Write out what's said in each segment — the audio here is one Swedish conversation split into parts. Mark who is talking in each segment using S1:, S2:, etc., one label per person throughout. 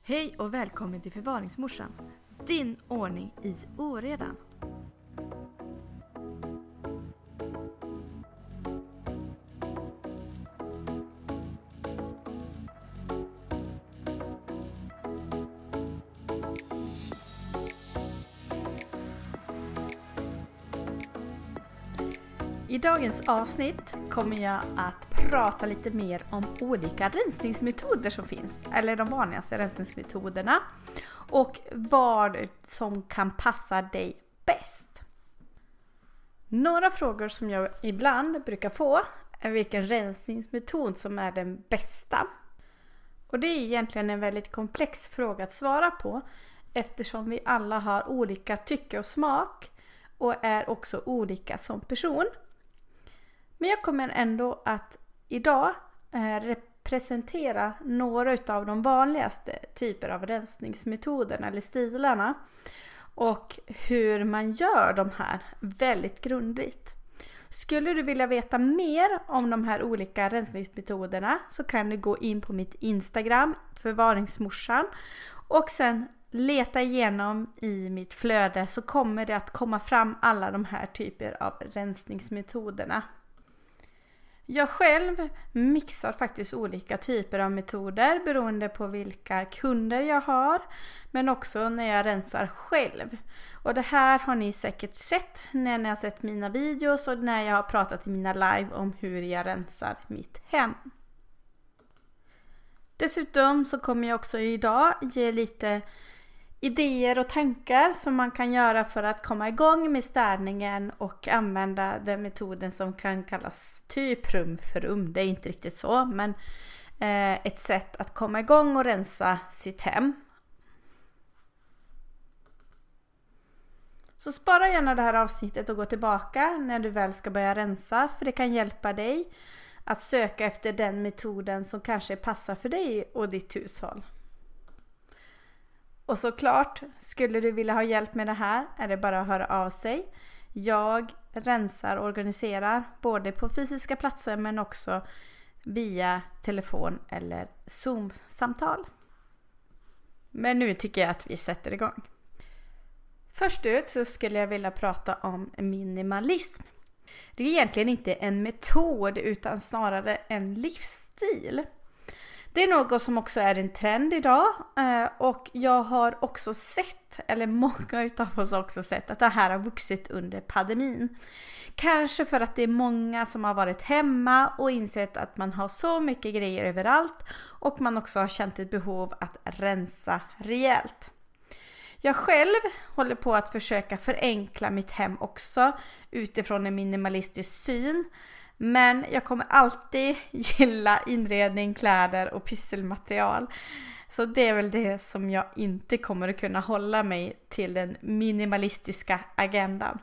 S1: Hej och välkommen till Förvaringsmorsan. Din ordning i oredan. I dagens avsnitt kommer jag att prata lite mer om olika rensningsmetoder som finns, eller de vanligaste rensningsmetoderna, och vad som kan passa dig bäst. Några frågor som jag ibland brukar få är vilken rensningsmetod som är den bästa. Och det är egentligen en väldigt komplex fråga att svara på, eftersom vi alla har olika tycke och smak och är också olika som person. Men jag kommer ändå att idag representera några av de vanligaste typer av rensningsmetoderna eller stilarna och hur man gör de här väldigt grundligt. Skulle du vilja veta mer om de här olika rensningsmetoderna så kan du gå in på mitt Instagram, Förvaringsmorsan, och sen leta igenom i mitt flöde så kommer det att komma fram alla de här typer av rensningsmetoderna. Jag själv mixar faktiskt olika typer av metoder beroende på vilka kunder jag har, men också när jag rensar själv. Och det här har ni säkert sett när ni har sett mina videos och när jag har pratat i mina live om hur jag rensar mitt hem. Dessutom så kommer jag också idag ge lite idéer och tankar som man kan göra för att komma igång med städningen och använda den metoden som kan kallas typ rum för rum. Det är inte riktigt så, men ett sätt att komma igång och rensa sitt hem. Så spara gärna det här avsnittet och gå tillbaka när du väl ska börja rensa, för det kan hjälpa dig att söka efter den metoden som kanske passar för dig och ditt hushåll. Och såklart, skulle du vilja ha hjälp med det här är det bara att höra av sig. Jag rensar och organiserar både på fysiska platser men också via telefon eller Zoom-samtal. Men nu tycker jag att vi sätter igång. Först ut så skulle jag vilja prata om minimalism. Det är egentligen inte en metod utan snarare en livsstil. Det är något som också är en trend idag och jag har också sett, eller många utav oss har också sett, att det här har vuxit under pandemin. Kanske för att det är många som har varit hemma och insett att man har så mycket grejer överallt och man också har känt ett behov att rensa rejält. Jag själv håller på att försöka förenkla mitt hem också utifrån en minimalistisk syn. Men jag kommer alltid gilla inredning, kläder och pysselmaterial. Så det är väl det som jag inte kommer att kunna hålla mig till den minimalistiska agendan.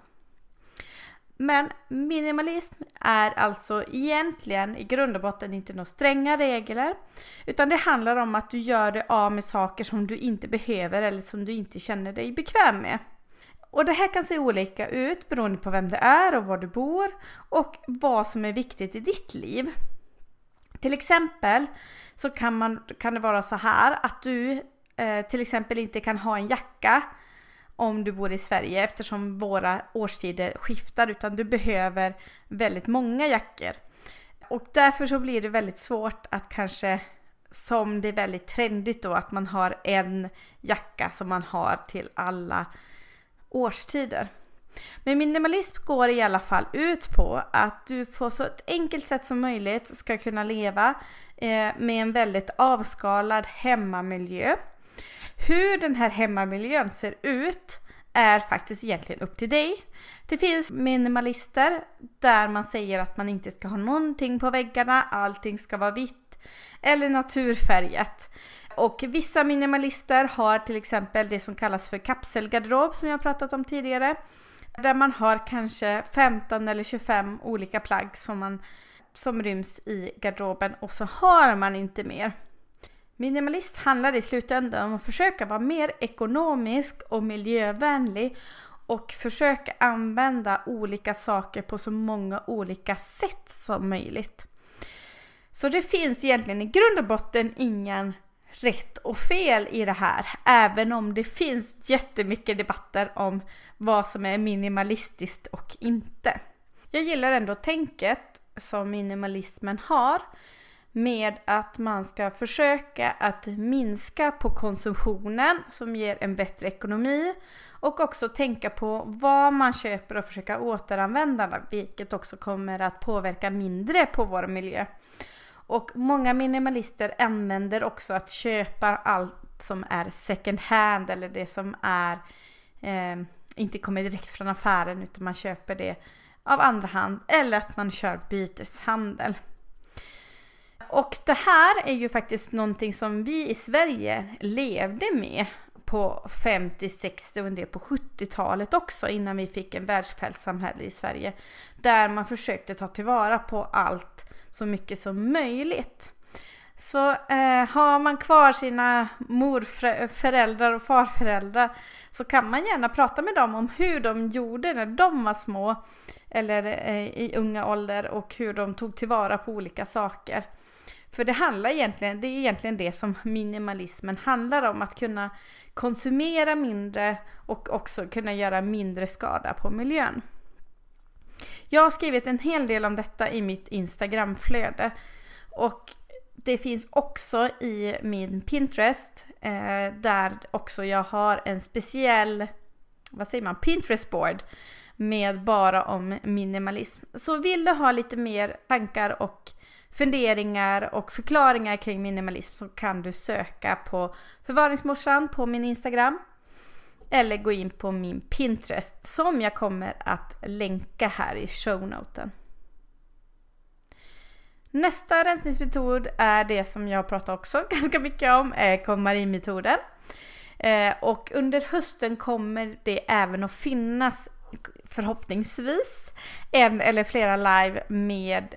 S1: Men minimalism är alltså egentligen i grund och botten inte några stränga regler. Utan det handlar om att du gör det av med saker som du inte behöver eller som du inte känner dig bekväm med. Och det här kan se olika ut beroende på vem det är och var du bor och vad som är viktigt i ditt liv. Till exempel så kan det vara så här att du till exempel inte kan ha en jacka om du bor i Sverige eftersom våra årstider skiftar, utan du behöver väldigt många jackor. Och därför så blir det väldigt svårt att kanske, som det är väldigt trendigt då, att man har en jacka som man har till alla årstider. Men minimalism går i alla fall ut på att du på så ett enkelt sätt som möjligt ska kunna leva med en väldigt avskalad hemmamiljö. Hur den här hemmamiljön ser ut är faktiskt egentligen upp till dig. Det finns minimalister där man säger att man inte ska ha någonting på väggarna, allting ska vara vitt eller naturfärgat. Och vissa minimalister har till exempel det som kallas för kapselgarderob som jag har pratat om tidigare. Där man har kanske 15 eller 25 olika plagg som ryms i garderoben och så har man inte mer. Minimalist handlar i slutändan om att försöka vara mer ekonomisk och miljövänlig och försöka använda olika saker på så många olika sätt som möjligt. Så det finns egentligen i grund och botten ingen rätt och fel i det här, även om det finns jättemycket debatter om vad som är minimalistiskt och inte. Jag gillar ändå tänket som minimalismen har med att man ska försöka att minska på konsumtionen som ger en bättre ekonomi och också tänka på vad man köper och försöka återanvända det, vilket också kommer att påverka mindre på vår miljö. Och många minimalister använder också att köpa allt som är second hand eller det som är inte kommer direkt från affären utan man köper det av andra hand eller att man kör byteshandel. Och det här är ju faktiskt någonting som vi i Sverige levde med på 50, 60 och en del på 70-talet också innan vi fick en världsfärdssamhälle i Sverige där man försökte ta tillvara på allt så mycket som möjligt. Så har man kvar sina morföräldrar och farföräldrar så kan man gärna prata med dem om hur de gjorde när de var små eller i unga ålder och hur de tog tillvara på olika saker. För det är egentligen det som minimalismen handlar om, att kunna konsumera mindre och också kunna göra mindre skada på miljön. Jag har skrivit en hel del om detta i mitt Instagramflöde och det finns också i min Pinterest där också jag har en speciell, Pinterest-board med bara om minimalism. Så vill du ha lite mer tankar och funderingar och förklaringar kring minimalism så kan du söka på Förvaringsmorsan på min Instagram eller gå in på min Pinterest som jag kommer att länka här i shownoten. Nästa rensningsmetod är det som jag pratar också ganska mycket om, är KonMari-metoden. Och under hösten kommer det även att finnas förhoppningsvis en eller flera live med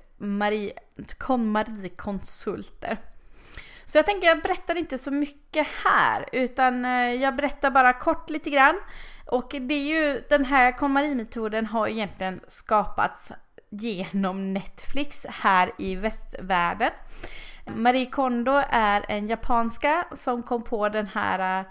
S1: KonMari-konsulter. Så jag tänker jag berättar inte så mycket här utan jag berättar bara kort lite grann. Och det är ju den här KonMari-metoden har egentligen skapats genom Netflix här i västvärlden. Marie Kondo är en japanska som kom på den här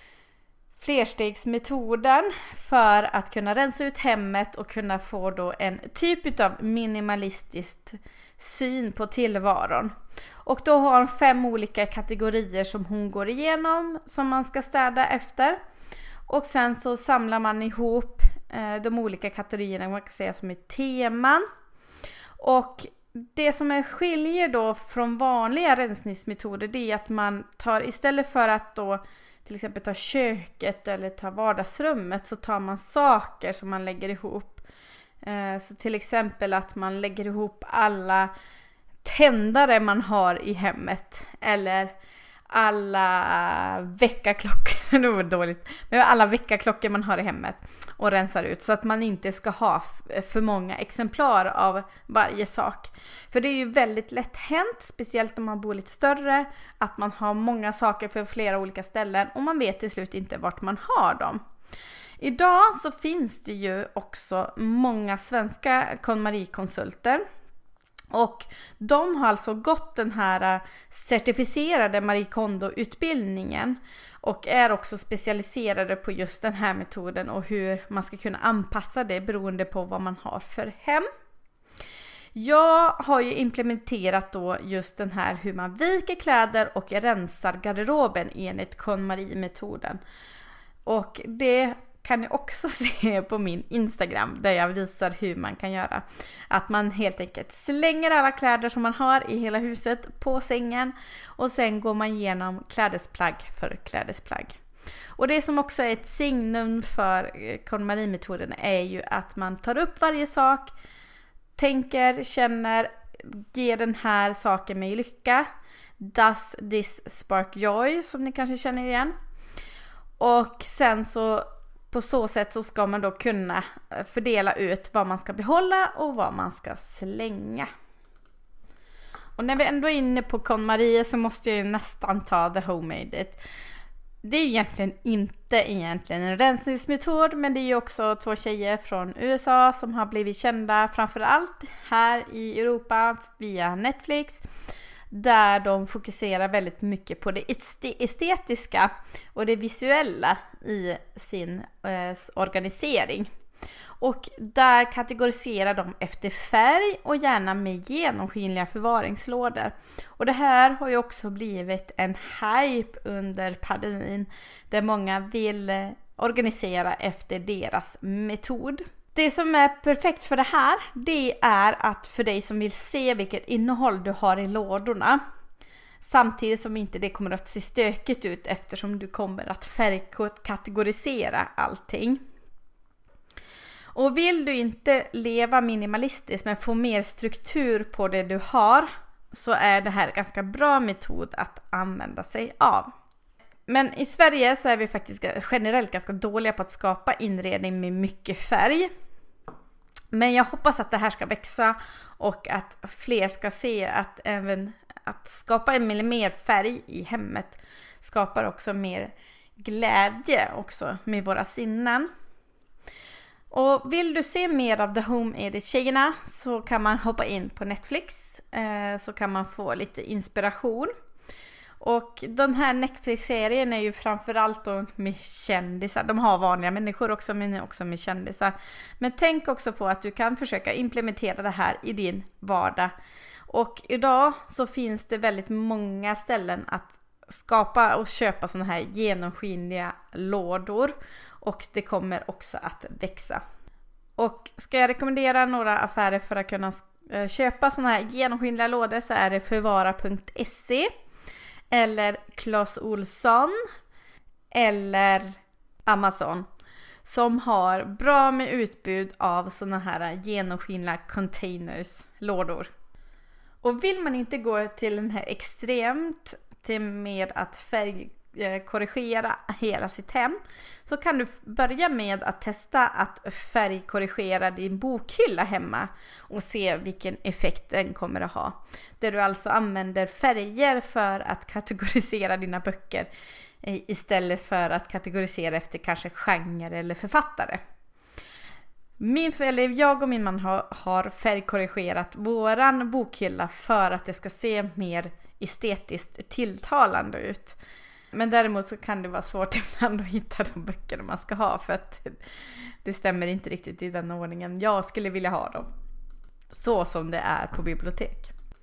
S1: flerstegsmetoden för att kunna rensa ut hemmet och kunna få då en typ av minimalistisk syn på tillvaron. Och då har hon 5 olika kategorier som hon går igenom som man ska städa efter. Och sen så samlar man ihop de olika kategorierna, man kan säga som är teman. Och det som skiljer då från vanliga rensningsmetoder det är att man tar istället för att då till exempel ta köket eller ta vardagsrummet så tar man saker som man lägger ihop. Så till exempel att man lägger ihop alla tändare man har i hemmet eller alla väckarklockor, det var dåligt, men alla väckarklockor man har i hemmet och rensar ut så att man inte ska ha för många exemplar av varje sak. För det är ju väldigt lätt hänt, speciellt om man bor lite större, att man har många saker för flera olika ställen och man vet till slut inte vart man har dem. Idag så finns det ju också många svenska KonMari-konsulter. Och de har alltså gått den här certifierade Marie Kondo-utbildningen och är också specialiserade på just den här metoden och hur man ska kunna anpassa det beroende på vad man har för hem. Jag har ju implementerat då just den här hur man viker kläder och rensar garderoben enligt KonMari-metoden. Och det kan ni också se på min Instagram där jag visar hur man kan göra. Att man helt enkelt slänger alla kläder som man har i hela huset på sängen och sen går man igenom klädesplagg för klädesplagg. Och det som också är ett signum för KonMari-metoden är ju att man tar upp varje sak, tänker, känner, ger den här saken mig lycka. Does this spark joy, som ni kanske känner igen. Och sen så på så sätt så ska man då kunna fördela ut vad man ska behålla och vad man ska slänga. Och när vi ändå är inne på KonMari så måste jag ju nästan ta The Homemade It. Det är ju egentligen en rensningsmetod, men det är ju också 2 tjejer från USA som har blivit kända framförallt här i Europa via Netflix. där de fokuserar väldigt mycket på det estetiska och det visuella i sin organisering. Och där kategoriserar de efter färg och gärna med genomskinliga förvaringslådor. Och det här har ju också blivit en hype under pandemin där många vill organisera efter deras metod. Det som är perfekt för det här, det är att för dig som vill se vilket innehåll du har i lådorna, samtidigt som inte det kommer att se stökigt ut eftersom du kommer att färgkategorisera allting. Och vill du inte leva minimalistiskt men få mer struktur på det du har, så är det här en ganska bra metod att använda sig av. Men i Sverige så är vi faktiskt generellt ganska dåliga på att skapa inredning med mycket färg. Men jag hoppas att det här ska växa och att fler ska se att även att skapa mer färg i hemmet skapar också mer glädje också med våra sinnen. Och vill du se mer av The Home Edit-tjejerna så kan man hoppa in på Netflix, så kan man få lite inspiration. Och den här Netflix-serien är ju framförallt då med kändisar. De har vanliga människor också, men också med kändisar. Men tänk också på att du kan försöka implementera det här i din vardag. Och idag så finns det väldigt många ställen att skapa och köpa såna här genomskinliga lådor. Och det kommer också att växa. Och ska jag rekommendera några affärer för att kunna köpa såna här genomskinliga lådor, så är det förvara.se eller Clas Ohlson eller Amazon, som har bra med utbud av såna här genomskinliga containers, lådor. Och vill man inte gå till den här extremt till med att färgkorrigera hela sitt hem, så kan du börja med att testa att färgkorrigera din bokhylla hemma och se vilken effekt den kommer att ha. Där du alltså använder färger för att kategorisera dina böcker istället för att kategorisera efter kanske genre eller författare. Jag och min man har färgkorrigerat våran bokhylla för att det ska se mer estetiskt tilltalande ut. Men däremot så kan det vara svårt ibland att hitta de böcker man ska ha, för att det stämmer inte riktigt i den ordningen jag skulle vilja ha dem. Så som det är på bibliotek.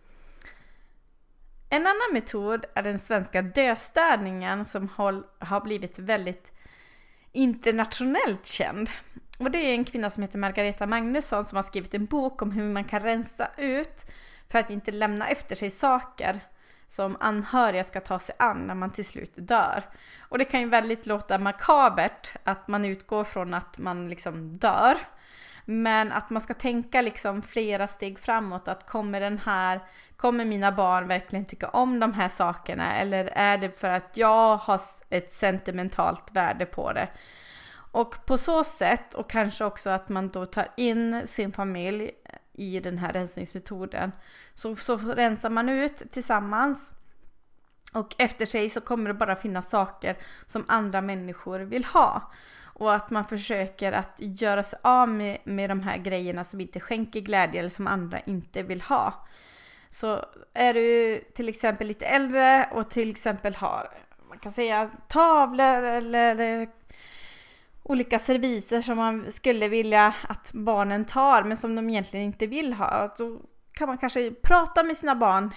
S1: En annan metod är den svenska döstädningen som har blivit väldigt internationellt känd. Och det är en kvinna som heter Margareta Magnusson som har skrivit en bok om hur man kan rensa ut för att inte lämna efter sig saker som anhöriga ska ta sig an när man till slut dör. Och det kan ju väldigt låta makabert att man utgår från att man liksom dör. Men att man ska tänka liksom flera steg framåt. Att kommer mina barn verkligen tycka om de här sakerna? Eller är det för att jag har ett sentimentalt värde på det? Och på så sätt, och kanske också att man då tar in sin familj i den här rensningsmetoden, så rensar man ut tillsammans, och efter sig så kommer det bara finnas saker som andra människor vill ha, och att man försöker att göra sig av med de här grejerna som inte skänker glädje eller som andra inte vill ha. Så är du till exempel lite äldre och till exempel har, man kan säga, tavlor eller olika serviser som man skulle vilja att barnen tar men som de egentligen inte vill ha, så kan man kanske prata med sina barn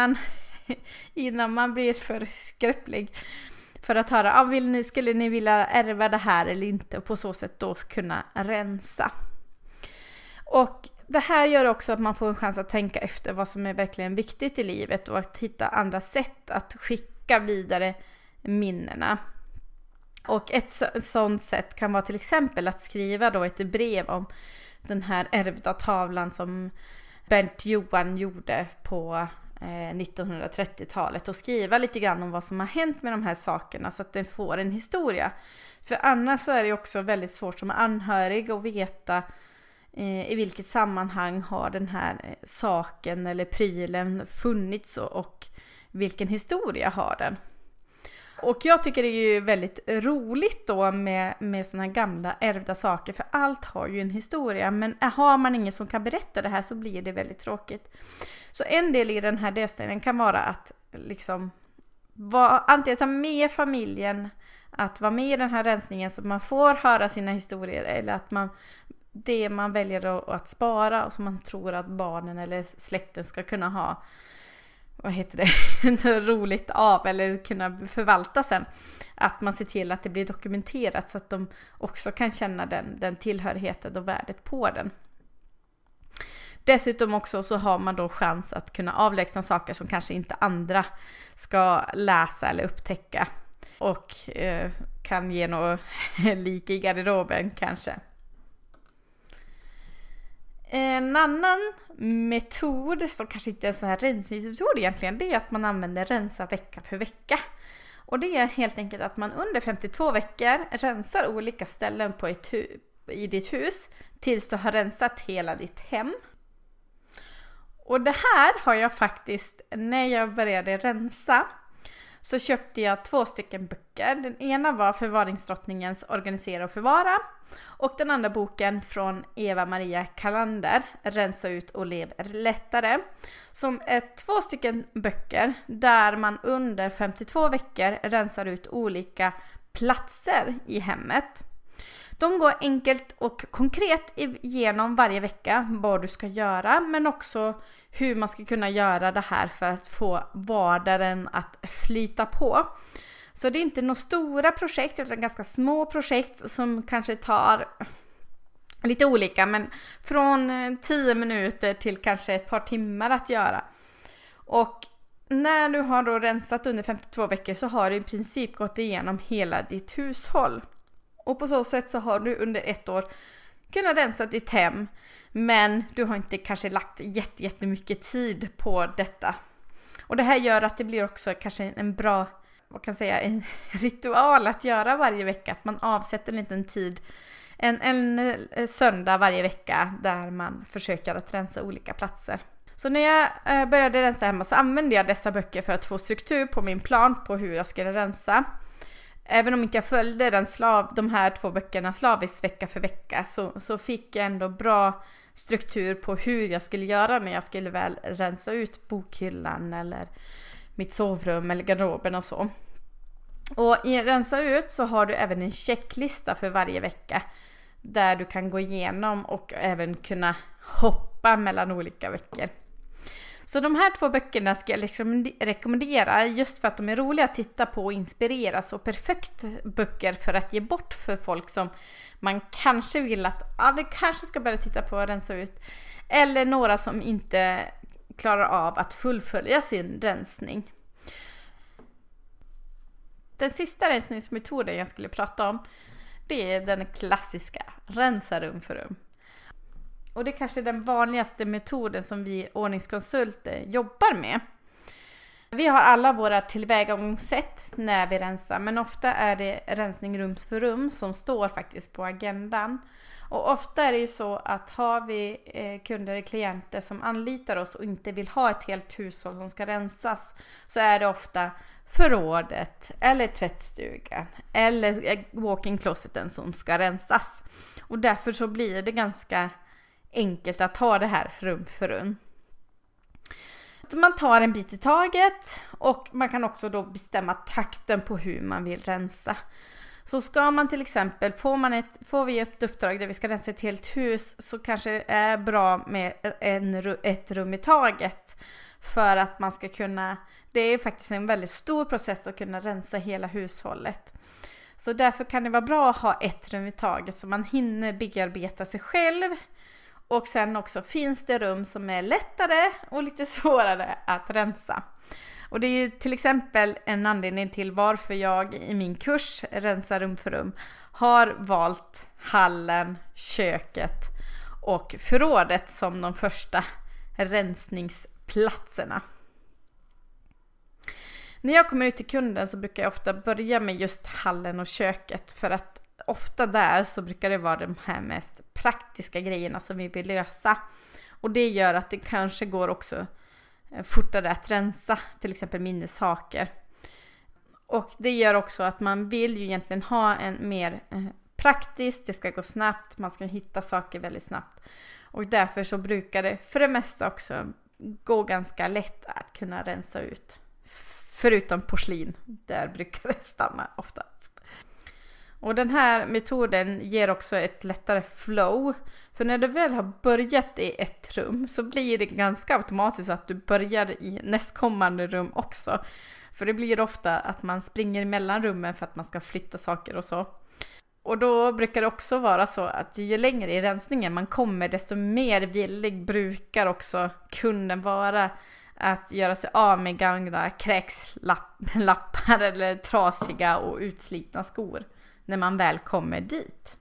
S1: innan man blir för skröplig, för att höra, skulle ni vilja ärva det här eller inte, och på så sätt då kunna rensa. Och det här gör också att man får en chans att tänka efter vad som är verkligen viktigt i livet och att hitta andra sätt att skicka vidare minnena. Och ett sådant sätt kan vara till exempel att skriva då ett brev om den här ärvda tavlan som Bernt Johan gjorde på 1930-talet, och skriva lite grann om vad som har hänt med de här sakerna så att den får en historia. För annars så är det också väldigt svårt som anhörig att veta i vilket sammanhang har den här saken eller prylen funnits och vilken historia har den. Och jag tycker det är ju väldigt roligt då med såna här gamla ärvda saker, för allt har ju en historia, men har man ingen som kan berätta det här så blir det väldigt tråkigt. Så en del i den här lösningen kan vara att liksom antingen ta med familjen, att vara med i den här rensningen så att man får höra sina historier, eller att det man väljer att spara och som man tror att barnen eller släkten ska kunna ha roligt av eller kunna förvalta sen, att man ser till att det blir dokumenterat så att de också kan känna den tillhörigheten och värdet på den. Dessutom också så har man då chans att kunna avlägsna saker som kanske inte andra ska läsa eller upptäcka, och kan ge något lik i garderoben kanske. En annan metod som kanske inte är en sån här rensningsmetod egentligen, det är att man använder rensa vecka för vecka. Och det är helt enkelt att man under 52 veckor rensar olika ställen i ditt hus tills du har rensat hela ditt hem. Och det här har jag faktiskt, när jag började rensa så köpte jag 2 stycken böcker. Den ena var Förvaringsdrottningens Organisera och förvara, och den andra boken från Eva-Maria Kalander, Rensa ut och lev lättare, som är 2 stycken böcker där man under 52 veckor rensar ut olika platser i hemmet. De går enkelt och konkret igenom varje vecka vad du ska göra, men också hur man ska kunna göra det här för att få vardagen att flyta på. Så det är inte några stora projekt utan ganska små projekt som kanske tar lite olika, men från 10 minuter till kanske ett par timmar att göra. Och när du har då rensat under 52 veckor så har du i princip gått igenom hela ditt hushåll. Och på så sätt så har du under 1 år kunnat rensa ditt hem, men du har inte kanske lagt jättemycket tid på detta. Och det här gör att det blir också kanske en bra, en ritual att göra varje vecka. Att man avsätter en liten tid, en söndag varje vecka där man försöker att rensa olika platser. Så när jag började rensa hemma så använde jag dessa böcker för att få struktur på min plan på hur jag skulle rensa. Även om inte jag följde de här 2 böckerna slaviskt vecka för vecka så fick jag ändå bra struktur på hur jag skulle göra när jag skulle väl rensa ut bokhyllan eller mitt sovrum eller garderoben och så. Och i rensa ut så har du även en checklista för varje vecka där du kan gå igenom och även kunna hoppa mellan olika veckor. Så de här 2 böckerna ska jag rekommendera just för att de är roliga att titta på och inspireras, och perfekt böcker för att ge bort för folk som man kanske vill att det kanske ska börja titta på och rensa ut, eller några som inte klarar av att fullfölja sin rensning. Den sista rensningsmetoden jag skulle prata om, det är den klassiska rensa rum för rum. Och det är kanske den vanligaste metoden som vi ordningskonsulter jobbar med. Vi har alla våra tillvägagångssätt när vi rensar, men ofta är det rensning rum för rum som står faktiskt på agendan. Och ofta är det ju så att har vi kunder eller klienter som anlitar oss och inte vill ha ett helt hushåll som ska rensas, så är det ofta förrådet eller tvättstugan eller walk-in closeten som ska rensas. Och därför så blir det ganska enkelt att ta det här rum för rum. Man tar en bit i taget, och man kan också då bestämma takten på hur man vill rensa. Så ska man till exempel, får vi ett uppdrag där vi ska rensa ett helt hus, så kanske det är bra med ett rum i taget, för att man ska kunna, det är faktiskt en väldigt stor process att kunna rensa hela hushållet. Så därför kan det vara bra att ha ett rum i taget så man hinner bearbeta sig själv. Och sen också finns det rum som är lättare och lite svårare att rensa. Och det är ju till exempel en anledning till varför jag i min kurs Rensa rum för rum har valt hallen, köket och förrådet som de första rensningsplatserna. När jag kommer ut till kunden så brukar jag ofta börja med just hallen och köket, för att ofta där så brukar det vara de här mest praktiska grejerna som vi vill lösa. Och det gör att det kanske går också fortare att rensa till exempel minnessaker. Och det gör också att man vill ju egentligen ha en mer praktisk, det ska gå snabbt, man ska hitta saker väldigt snabbt. Och därför så brukar det för det mesta också gå ganska lätt att kunna rensa ut. Förutom porslin, där brukar det stanna oftast. Och den här metoden ger också ett lättare flow. För när du väl har börjat i ett rum så blir det ganska automatiskt att du börjar i nästkommande rum också. För det blir ofta att man springer mellan rummen för att man ska flytta saker och så. Och då brukar det också vara så att ju längre i rensningen man kommer, desto mer villig brukar också kunden vara att göra sig av med gamla kräkslappar eller trasiga och utslitna skor när man väl kommer dit.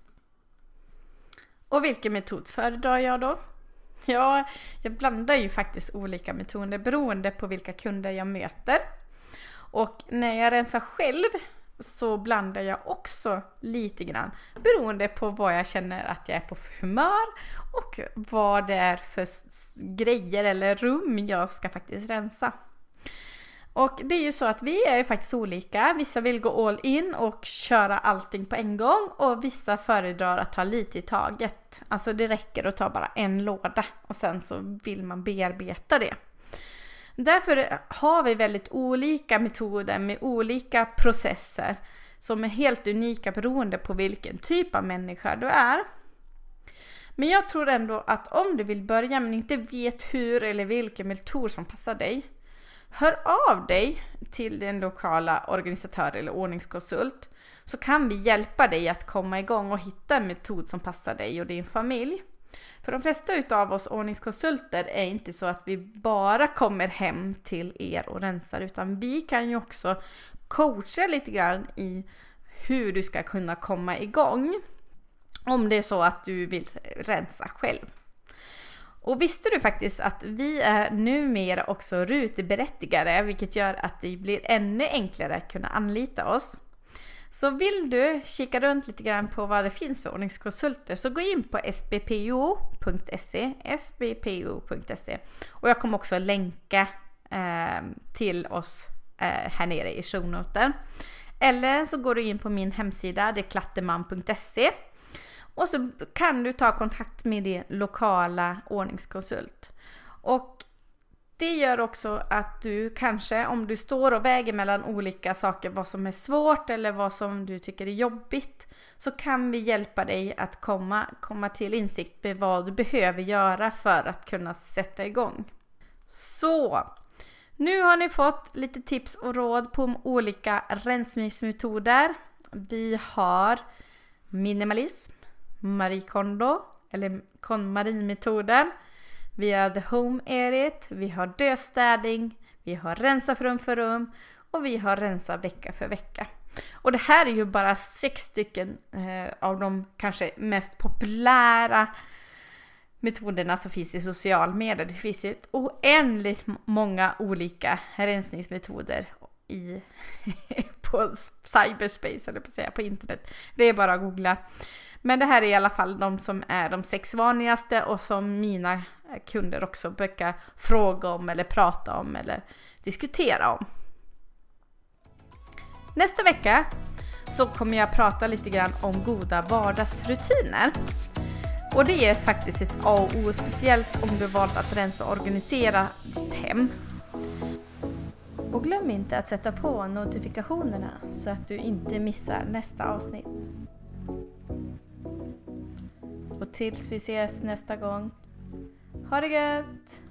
S1: Och vilken metod föredrar jag då? Ja, jag blandar ju faktiskt olika metoder beroende på vilka kunder jag möter. Och när jag rensar själv så blandar jag också lite grann beroende på vad jag känner att jag är på humör och vad det är för grejer eller rum jag ska faktiskt rensa. Och det är ju så att vi är ju faktiskt olika. Vissa vill gå all in och köra allting på en gång och vissa föredrar att ta lite i taget. Alltså det räcker att ta bara en låda och sen så vill man bearbeta det. Därför har vi väldigt olika metoder med olika processer som är helt unika beroende på vilken typ av människa du är. Men jag tror ändå att om du vill börja men inte vet hur eller vilken metod som passar dig, hör av dig till din lokala organisatör eller ordningskonsult så kan vi hjälpa dig att komma igång och hitta en metod som passar dig och din familj. För de flesta utav oss ordningskonsulter är inte så att vi bara kommer hem till er och rensar, utan vi kan ju också coacha lite grann i hur du ska kunna komma igång om det är så att du vill rensa själv. Och visste du faktiskt att vi är numera också ruteberättigade, vilket gör att det blir ännu enklare att kunna anlita oss. Så vill du kika runt lite grann på vad det finns för ordningskonsulter så gå in på sbpo.se och jag kommer också länka till oss här nere i shownoten. Eller så går du in på min hemsida, det är klatterman.se och så kan du ta kontakt med din lokala ordningskonsult. Och det gör också att du kanske, om du står och väger mellan olika saker, vad som är svårt eller vad som du tycker är jobbigt, så kan vi hjälpa dig att komma till insikt med vad du behöver göra för att kunna sätta igång. Så, nu har ni fått lite tips och råd på olika rensningsmetoder. Vi har minimalism, Marie Kondo eller KonMari-metoden. Vi har The Home Edit, vi har döstädning, vi har rensa rum för rum och vi har rensa vecka för vecka. Och det här är ju bara 6 stycken av de kanske mest populära metoderna som finns i social media. Det finns ett oändligt många olika rensningsmetoder på cyberspace eller på internet. Det är bara att googla. Men det här är i alla fall de som är de 6 vanligaste och som mina kunder också brukar fråga om eller prata om eller diskutera om. Nästa vecka så kommer jag prata lite grann om goda vardagsrutiner. Och det är faktiskt ett A och O, speciellt om du valt att rensa och organisera ditt hem. Och glöm inte att sätta på notifikationerna så att du inte missar nästa avsnitt. Och tills vi ses nästa gång, ha det gött!